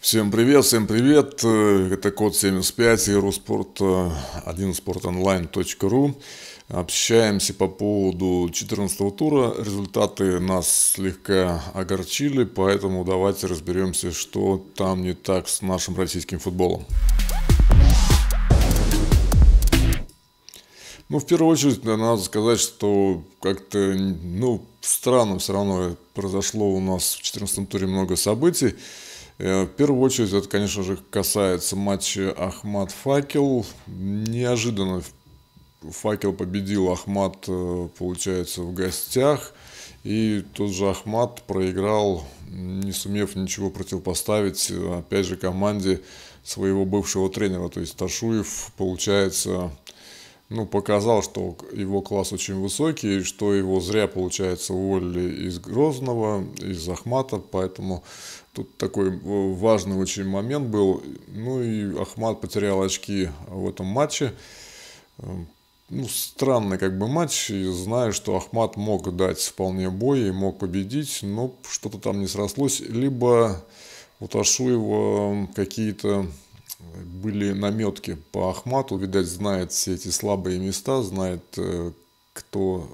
Всем привет, всем привет. Это код 75 и Руспорт 1sportonline.ru. Общаемся по поводу 14-го тура. Результаты нас слегка огорчили, поэтому давайте разберемся, что там не так с нашим российским футболом. Ну, в первую очередь, надо сказать, что как-то, странно все равно произошло у нас в 14-м туре много событий. В первую очередь, это, конечно же, касается матча Ахмат-Факел. Неожиданно Факел победил, Ахмат, получается, в гостях. И тот же Ахмат проиграл, не сумев ничего противопоставить, опять же, команде своего бывшего тренера. То есть Ташуев, получается, показал, что его класс очень высокий, что его зря, получается, уволили из Грозного, из Ахмата, поэтому тут такой важный очень момент был. Ну и Ахмат потерял очки в этом матче. Странный матч, и знаю, что Ахмат мог дать вполне бой и мог победить, но что-то там не срослось, либо у Ташуева какие-то были наметки по Ахмату, видать, знает все эти слабые места, знает, кто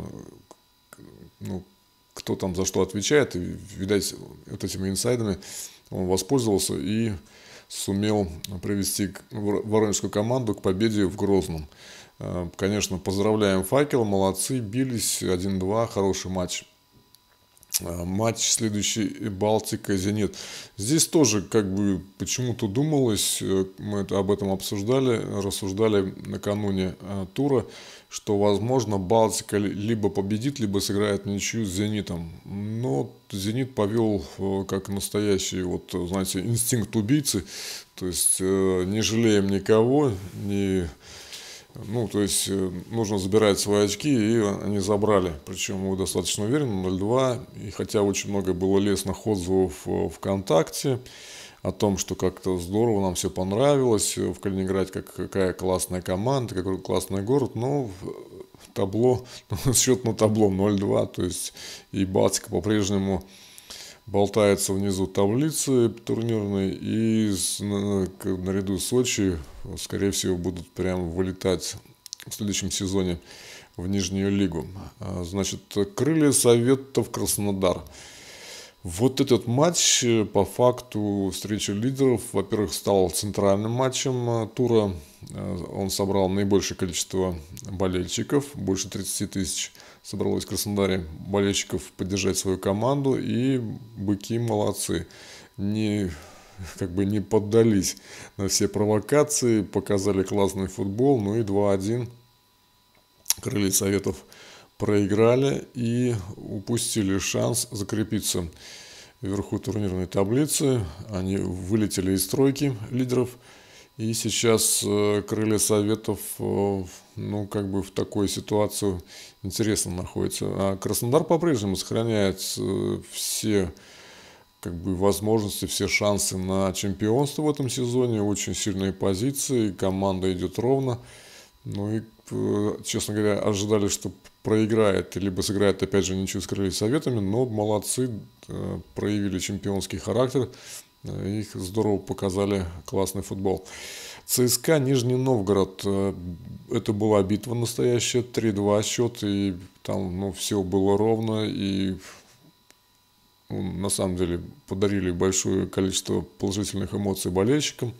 там за что отвечает, и, видать, вот этими инсайдами он воспользовался и сумел привести воронежскую команду к победе в Грозном. Конечно, поздравляем Факел, молодцы, бились 1-2, хороший матч. Матч следующий Балтика-Зенит. Здесь тоже почему-то думалось, мы об этом рассуждали накануне тура, что, возможно, Балтика либо победит, либо сыграет ничью с Зенитом. Но Зенит повел как настоящий, знаете, инстинкт убийцы, то есть не жалеем никого, нужно забирать свои очки, и они забрали. Причем мы достаточно уверенно, 0-2. И хотя очень много было лестных отзывов ВКонтакте о том, что как-то здорово, нам все понравилось, в Калининграде какая классная команда, какой классный город, но счет на табло 0-2, то есть и Балтика по-прежнему болтается внизу таблицы турнирной, и наряду с Сочи, скорее всего, будут прям вылетать в следующем сезоне в нижнюю лигу. Значит, Крылья Советов Краснодар. Вот этот матч, по факту встречи лидеров, во-первых, стал центральным матчем тура. Он собрал наибольшее количество болельщиков, больше 30 тысяч собралось в Краснодаре болельщиков поддержать свою команду, и быки молодцы, не поддались на все провокации, показали классный футбол, и 2-1 Крылья Советов проиграли и упустили шанс закрепиться вверху турнирной таблицы. Они вылетели из тройки лидеров, и сейчас Крылья Советов в такой ситуации интересно находится. А Краснодар по-прежнему сохраняет все возможности, все шансы на чемпионство в этом сезоне. Очень сильные позиции, команда идет ровно. Честно говоря, ожидали, что проиграет, либо сыграет опять же ничью с Крыльями Советами, но молодцы, проявили чемпионский характер, их здорово показали, классный футбол. ЦСКА Нижний Новгород, это была битва настоящая, 3-2 счет, и там все было ровно, и на самом деле подарили большое количество положительных эмоций болельщикам.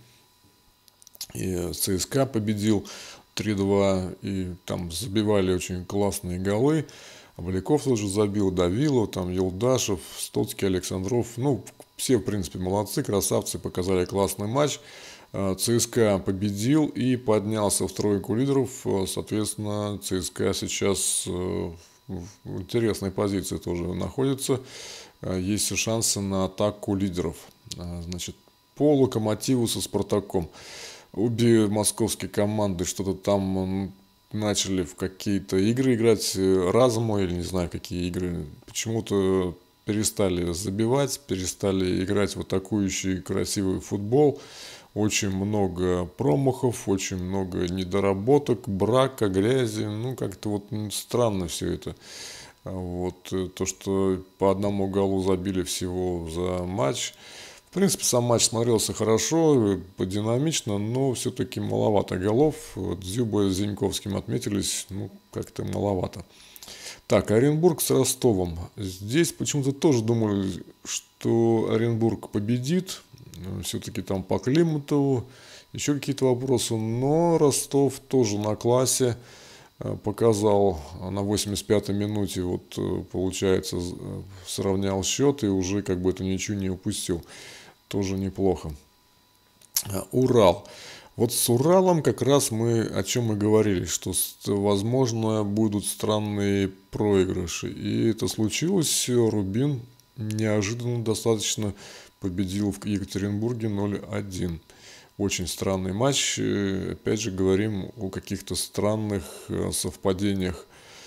И ЦСКА победил 3-2, и там забивали очень классные голы. Обляков тоже забил, Давилов, Елдашев, Стоцкий, Александров. Все, в принципе, молодцы, красавцы, показали классный матч. ЦСКА победил и поднялся в тройку лидеров. Соответственно, ЦСКА сейчас в интересной позиции тоже находится. Есть шансы на атаку лидеров. Значит, по Локомотиву со Спартаком. Обе московские команды что-то там начали в какие-то игры играть разомо, или не знаю, какие игры. Почему-то перестали забивать, перестали играть в атакующий красивый футбол. Очень много промахов, очень много недоработок, брака, грязи. Как-то странно все это. То, что по одному голу забили всего за матч. В принципе, сам матч смотрелся хорошо, подинамично, но все-таки маловато голов. Вот Дзюба с Зиньковским отметились, ну, как-то маловато. Так, Оренбург с Ростовом. Здесь почему-то тоже думали, что Оренбург победит. Все-таки там по климату еще какие-то вопросы. Но Ростов тоже на классе. Показал на 85-й минуте, вот получается, сравнял счет и уже как бы эту ничью не упустил. Тоже неплохо. Урал. Вот с Уралом как раз мы о чем мы говорили, что возможно будут странные проигрыши. И это случилось. Рубин неожиданно достаточно победил в Екатеринбурге 0-1. Очень странный матч. Опять же говорим о каких-то странных совпадениях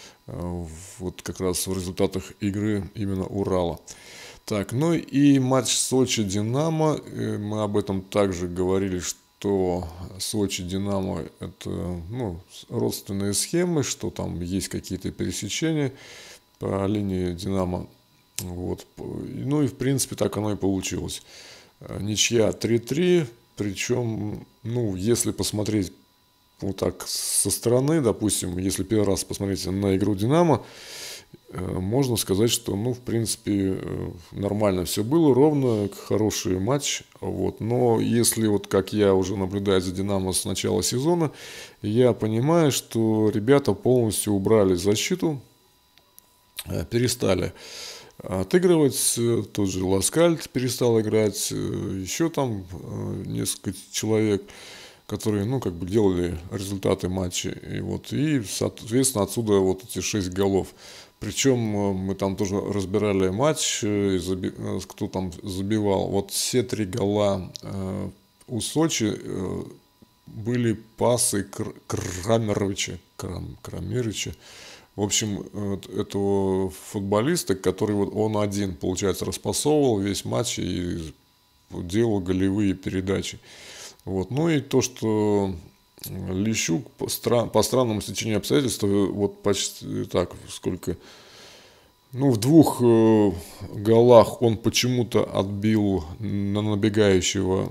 вот как раз в результатах игры именно Урала. Так, ну и матч Сочи-Динамо. Мы об этом также говорили, что Сочи-Динамо это ну, родственные схемы, что там есть какие-то пересечения по линии Динамо. Вот. Ну и в принципе так оно и получилось. Ничья 3-3. Причем, ну, если посмотреть вот так со стороны, допустим, если первый раз посмотреть на игру Динамо, можно сказать, что, ну, в принципе, нормально все было, ровно, хороший матч. Вот. Но если, вот как я уже наблюдаю за Динамо с начала сезона, я понимаю, что ребята полностью убрали защиту, перестали отыгрывать, тот же Ласкальд перестал играть, еще там несколько человек, которые, ну, как бы делали результаты матча, и вот, и, соответственно, отсюда вот эти 6 голов. Причем мы там тоже разбирали матч, кто там забивал. Вот все 3 гола у Сочи были пасы Крамеровича. В общем, этого футболиста, который вот он один, получается, распасовывал весь матч и делал голевые передачи. Вот. Ну и то, что Лещук по странному стечению обстоятельств, вот почти так, сколько, ну, в 2 голах он почему-то отбил на набегающего,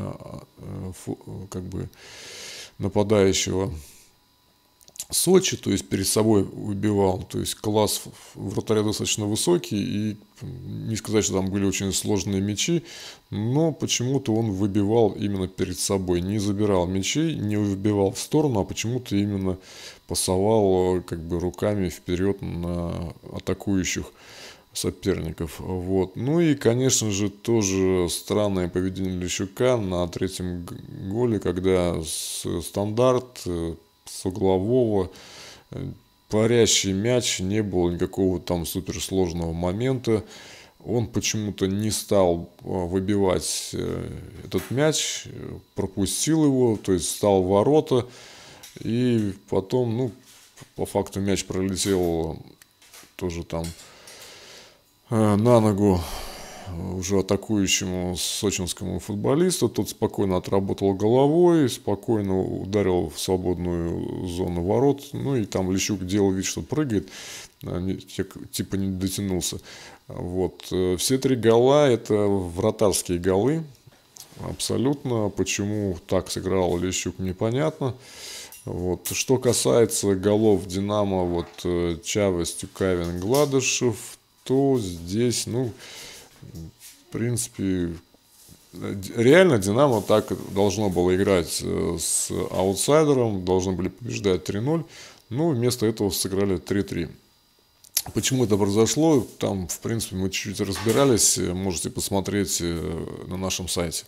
как бы, нападающего Сочи, то есть перед собой выбивал, то есть класс вратаря достаточно высокий, и не сказать, что там были очень сложные мячи, но почему-то он выбивал именно перед собой, не забирал мячей, не выбивал в сторону, а почему-то именно пасовал как бы руками вперед на атакующих соперников. Вот. Ну и, конечно же, тоже странное поведение Лещука на 3-м голе, когда стандарт с углового, парящий мяч, не было никакого там суперсложного момента. Он почему-то не стал выбивать этот мяч, пропустил его, то есть встал в ворота, и потом, ну, по факту мяч пролетел тоже там на ногу уже атакующему сочинскому футболисту. Тот спокойно отработал головой, спокойно ударил в свободную зону ворот. Ну и там Лещук делал вид, что прыгает, типа не дотянулся. Вот. Все 3 гола это вратарские голы. Абсолютно. Почему так сыграл Лещук, непонятно. Вот. Что касается голов Динамо, вот Чавес, Тюкавин, Гладышев, то здесь, ну, в принципе, реально Динамо так должно было играть с аутсайдером, должны были побеждать 3-0, но вместо этого сыграли 3-3. Почему это произошло, там, в принципе, мы чуть-чуть разбирались, можете посмотреть на нашем сайте.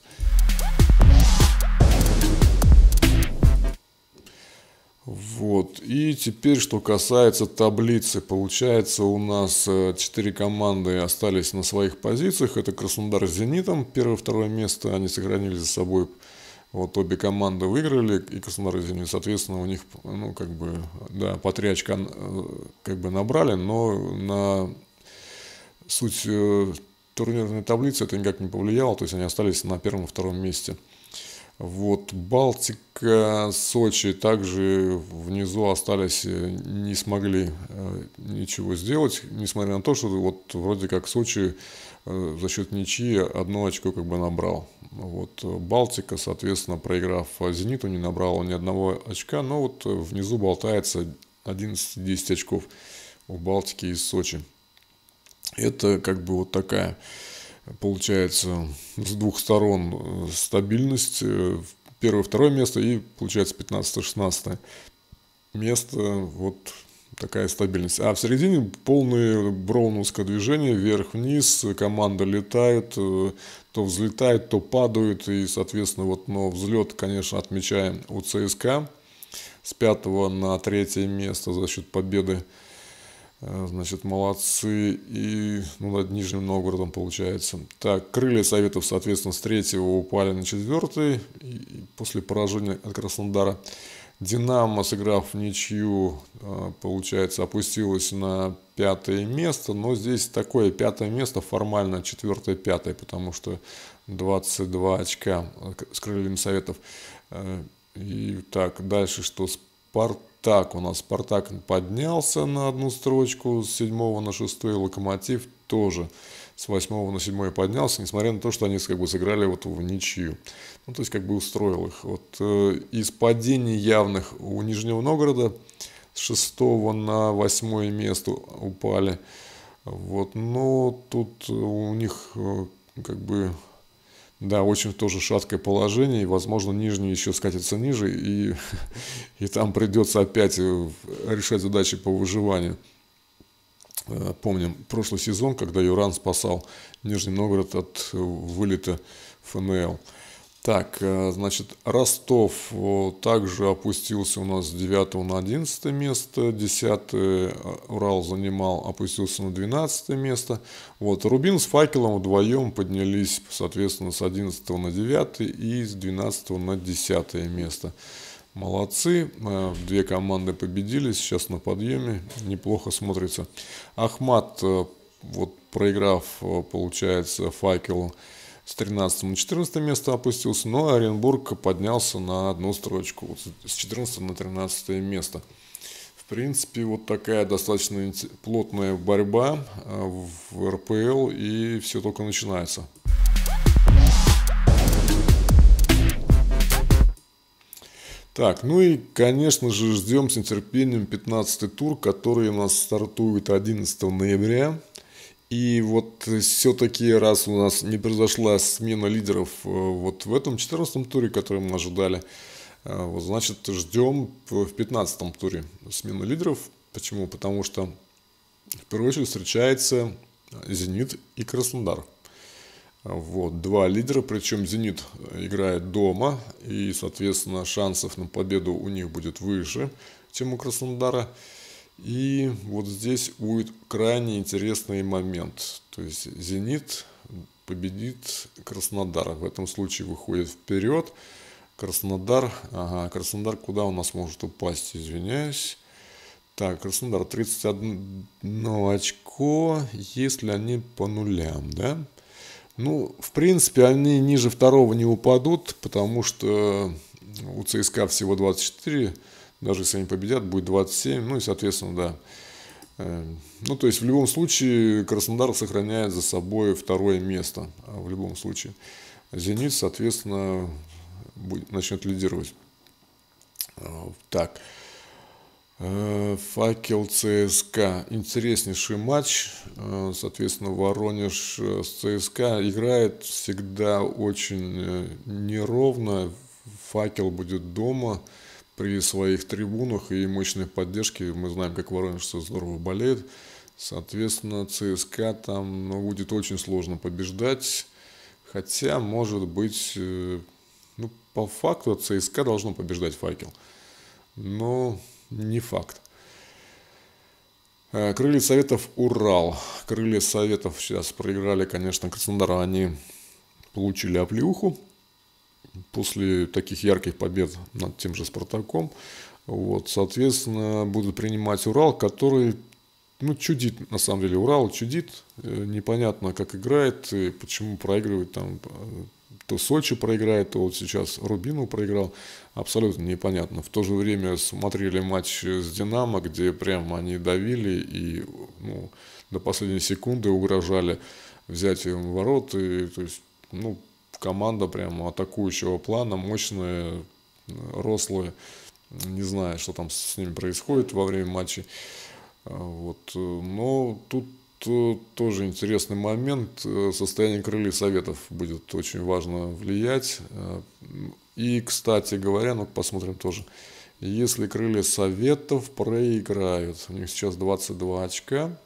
Вот. И теперь, что касается таблицы, получается, у нас 4 команды остались на своих позициях. Это Краснодар с Зенитом, 1-2 место, они сохранили за собой. Вот обе команды выиграли, и Краснодар и Зенит, соответственно, у них, ну, как бы, да, по 3 очка как бы набрали, но на суть турнирной таблицы это никак не повлияло, то есть они остались на 1-2 месте. Вот, Балтика, Сочи также внизу остались, не смогли ничего сделать, несмотря на то, что вот вроде как Сочи за счет ничьи одно очко как бы набрал. Вот, Балтика, соответственно, проиграв Зениту, не набрала ни одного очка, но вот внизу болтается 11-10 очков у Балтики и Сочи. Это как бы вот такая, получается, с двух сторон стабильность. Первое, второе место и, получается, 15-16 место. Вот такая стабильность. А в середине полное броуновское движение, вверх-вниз, команда летает, то взлетает, то падает. И, соответственно, вот, но взлет, конечно, отмечаем у ЦСКА с 5 на 3 место за счет победы. Значит, молодцы. И над Нижним Новгородом получается. Так, крылья Советов, соответственно, с 3 упали на 4 после поражения от Краснодара. Динамо, сыграв в ничью, получается, опустилась на 5 место. Но здесь такое 5 место, формально 4-5, потому что 22 очка с крыльями Советов. И так, дальше что? Спартак. У нас Спартак поднялся на одну строчку с 7 на 6, Локомотив тоже с 8 на 7 поднялся, несмотря на то, что они как бы сыграли вот в ничью. Ну, то есть как бы устроил их. Вот из падений явных у Нижнего Новгорода с 6 на 8 место упали. Вот, но тут у них как бы... Да, очень тоже шаткое положение, и, возможно, нижний еще скатится ниже, и там придется опять решать задачи по выживанию. Помним прошлый сезон, когда Юран спасал Нижний Новгород от вылета ФНЛ. Так, значит, Ростов также опустился у нас с 9 на 11 место, 10 Урал занимал, опустился на 12 место. Вот, Рубин с Факелом вдвоем поднялись, соответственно, с 11 на 9 и с 12 на 10 место. Молодцы, две команды победили, сейчас на подъеме, неплохо смотрится. Ахмат, вот проиграв, получается, Факелу, с 13 на 14 место опустился, но Оренбург поднялся на одну строчку, вот с 14 на 13 место. В принципе, вот такая достаточно плотная борьба в РПЛ, и все только начинается. Так, ну и, конечно же, ждем с нетерпением 15-й тур, который у нас стартует 11 ноября. И вот все-таки, раз у нас не произошла смена лидеров вот в этом 14-м туре, который мы ожидали, вот, значит, ждем в 15-м туре смену лидеров. Почему? Потому что в первую очередь встречается «Зенит» и «Краснодар». Вот, два лидера, причем «Зенит» играет дома, и, соответственно, шансов на победу у них будет выше, чем у «Краснодара». И вот здесь будет крайне интересный момент. То есть «Зенит» победит Краснодар. В этом случае выходит вперед. Краснодар куда у нас может упасть? Извиняюсь. Так, Краснодар 31 очко, если они по нулям, да? Ну, в принципе, они ниже второго не упадут, потому что у ЦСКА всего 24. Даже если они победят, будет 27, ну и, соответственно, да. Ну, то есть, в любом случае, Краснодар сохраняет за собой второе место. В любом случае. «Зенит», соответственно, начнет лидировать. Так. Факел ЦСКА. Интереснейший матч. Соответственно, Воронеж с ЦСКА играет всегда очень неровно. Факел будет дома при своих трибунах и мощной поддержке. Мы знаем, как воронежцы здорово болеют. Соответственно, ЦСКА там будет очень сложно побеждать. Хотя, может быть, ну, по факту ЦСКА должно побеждать Факел. Но не факт. Крылья Советов Урал. Крылья Советов сейчас проиграли, конечно, Краснодару. Они получили оплеуху после таких ярких побед над тем же Спартаком. Вот, соответственно, будут принимать Урал, который, ну, чудит, на самом деле. Урал чудит, непонятно, как играет, и почему проигрывает там то Сочи проиграет, то вот сейчас Рубину проиграл. Абсолютно непонятно. В то же время смотрели матч с Динамо, где прямо они давили и ну, до последней секунды угрожали взятием ворот. И, то есть, ну, команда прямо атакующего плана, мощная, рослая. Не знаю, что там с ними происходит во время матчей. Вот. Но тут тоже интересный момент. Состояние крыльев советов будет очень важно влиять. И, кстати говоря, ну посмотрим тоже. Если крылья советов проиграют, у них сейчас 22 очка.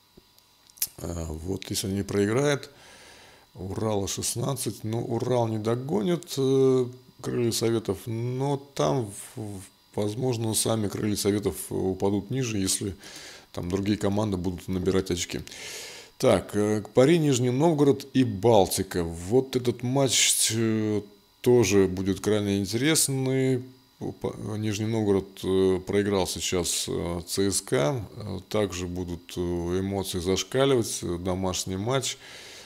Вот если они проиграют, Урала 16. Ну, Урал не догонит крылья советов, но там, возможно, сами крылья советов упадут ниже, если там другие команды будут набирать очки. Так, пари Нижний Новгород и Балтика. Вот этот матч тоже будет крайне интересный. Нижний Новгород проиграл сейчас ЦСКА. Также будут эмоции зашкаливать. Домашний матч.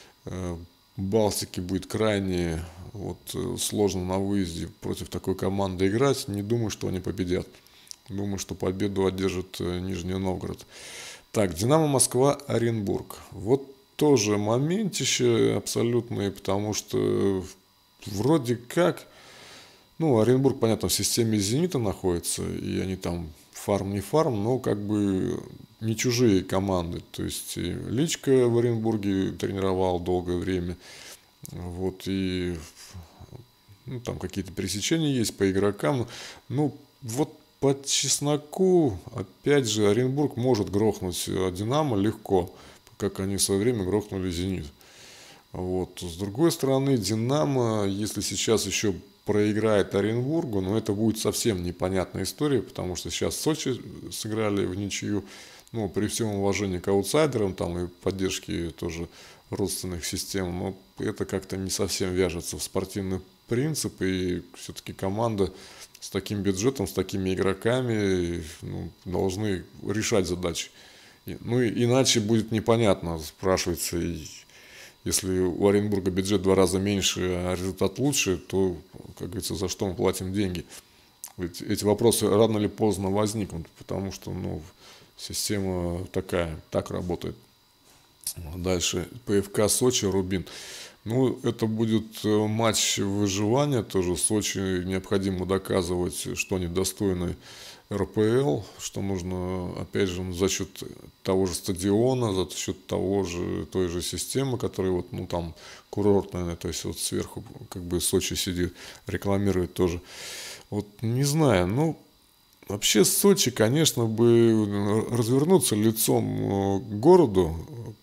Балтике будет крайне сложно на выезде против такой команды играть. Не думаю, что они победят. Думаю, что победу одержит Нижний Новгород. Так, Динамо Москва, Оренбург. Вот тоже моментище абсолютное, потому что вроде как, ну, Оренбург, понятно, в системе Зенита находится, и они там фарм не фарм, но как бы не чужие команды. То есть и Личко в Оренбурге тренировал долгое время. Вот, и ну, там какие-то пересечения есть по игрокам. Ну, вот по чесноку, опять же, Оренбург может грохнуть Динамо легко, как они в свое время грохнули Зенит. Вот. С другой стороны, Динамо, если сейчас еще проиграет Оренбургу, но это будет совсем непонятная история, потому что сейчас Сочи сыграли в ничью, ну, при всем уважении к аутсайдерам, там и поддержке тоже родственных систем, но это как-то не совсем вяжется в спортивный принцип, и все-таки команда с таким бюджетом, с такими игроками должны решать задачи. Ну, иначе будет непонятно, спрашивается, если у Оренбурга бюджет в 2 раза меньше, а результат лучше, то, как говорится, за что мы платим деньги? Ведь эти вопросы рано или поздно возникнут, потому что система такая, так работает. Дальше ПФК Сочи, Рубин. Ну, это будет матч выживания тоже. Сочи необходимо доказывать, что они достойны РПЛ, что нужно, опять же, за счет того же стадиона, за счет той же системы, которая там курортная, то есть сверху как бы Сочи сидит, рекламирует тоже. Вот не знаю, вообще Сочи, конечно, бы развернуться лицом к городу.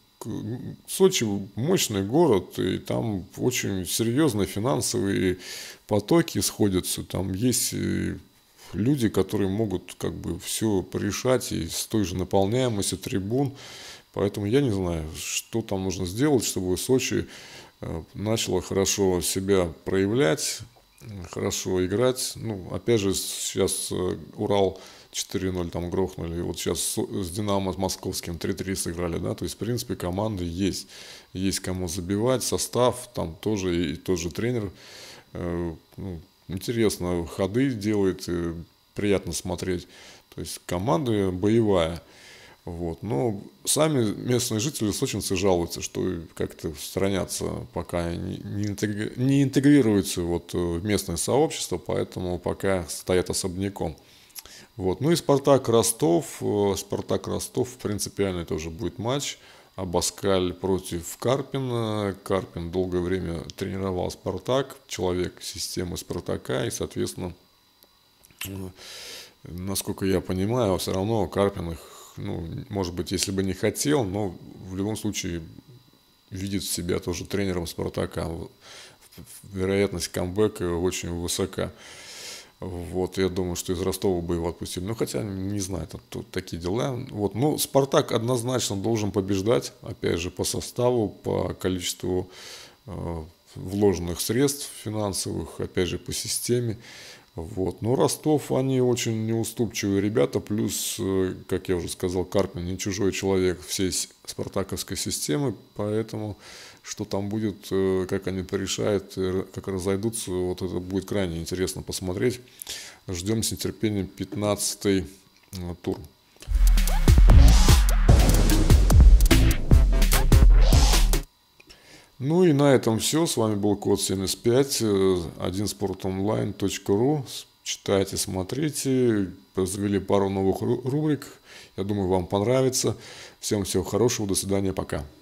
Сочи мощный город, и там очень серьезные финансовые потоки сходятся. Там есть люди, которые могут как бы все порешать и с той же наполняемостью трибун. Поэтому я не знаю, что там нужно сделать, чтобы Сочи начало хорошо себя проявлять, хорошо играть. Опять же, сейчас Урал 4-0 там грохнули. Вот сейчас с Динамо, с Московским 3-3 сыграли, да. То есть, в принципе, команды есть. Есть кому забивать, состав, там тоже и тот же тренер. Интересно, ходы делает, приятно смотреть. То есть, команда боевая. Вот. Но сами местные жители, сочинцы, жалуются, что как-то сторонятся, пока не интегрируются в местное сообщество, поэтому пока стоят особняком. Вот. Ну и Спартак Ростов. Спартак Ростов принципиальный тоже будет матч. Абаскаль против Карпина. Карпин долгое время тренировал Спартак, человек системы Спартака, и, соответственно, насколько я понимаю, все равно Карпин их, может быть, если бы не хотел, но в любом случае видит себя тоже тренером Спартака. Вероятность камбэка очень высока. Вот, я думаю, что из Ростова бы его отпустили. Хотя, не знаю, тут такие дела. Вот, Спартак однозначно должен побеждать, опять же, по составу, по количеству вложенных средств финансовых, опять же, по системе. Вот. Но Ростов, они очень неуступчивые ребята, плюс, как я уже сказал, Карпин не чужой человек всей спартаковской системы, поэтому Что там будет, как они порешают, как разойдутся, вот это будет крайне интересно посмотреть. Ждем с нетерпением 15-й тур. Ну и на этом все. С вами был Код 75, 1sportonline.ru. Читайте, смотрите. Завели пару новых рубрик. Я думаю, вам понравится. Всем всего хорошего. До свидания. Пока.